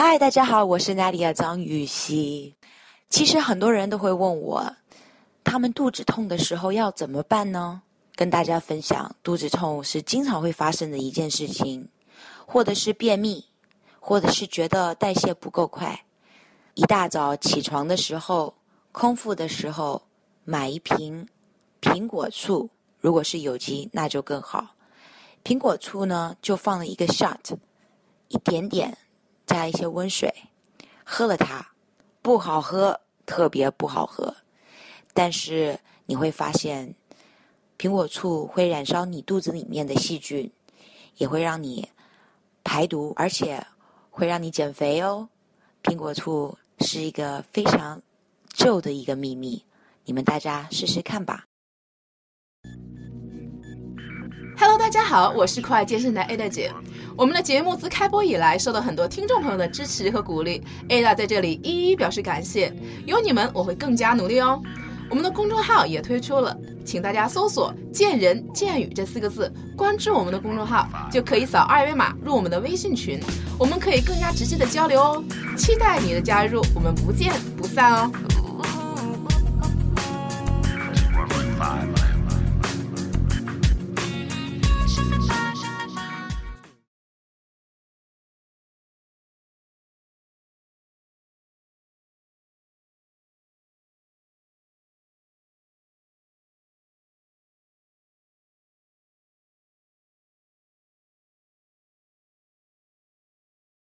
嗨，大家好，我是娜迪亚张雨绮。其实很多人都会问我，他们肚子痛的时候要怎么办呢？跟大家分享，肚子痛是经常会发生的一件事情，或者是便秘，或者是觉得代谢不够快。一大早起床的时候，空腹的时候，买一瓶苹果醋，如果是有机那就更好。苹果醋呢，就放了一个 shot， 一点点，加一些温水，喝了它，不好喝，特别不好喝。但是你会发现，苹果醋会燃烧你肚子里面的细菌，也会让你排毒，而且会让你减肥哦。苹果醋是一个非常旧的一个秘密，你们大家试试看吧。 Hello， 大家好，我是酷爱健身的 Ada 姐。我们的节目自开播以来，受到很多听众朋友的支持和鼓励 ，Ada 在这里一一表示感谢。有你们，我会更加努力哦。我们的公众号也推出了，请大家搜索“见人见语”这4个字，关注我们的公众号，就可以扫2维码入我们的微信群，我们可以更加直接的交流哦。期待你的加入，我们不见不散哦。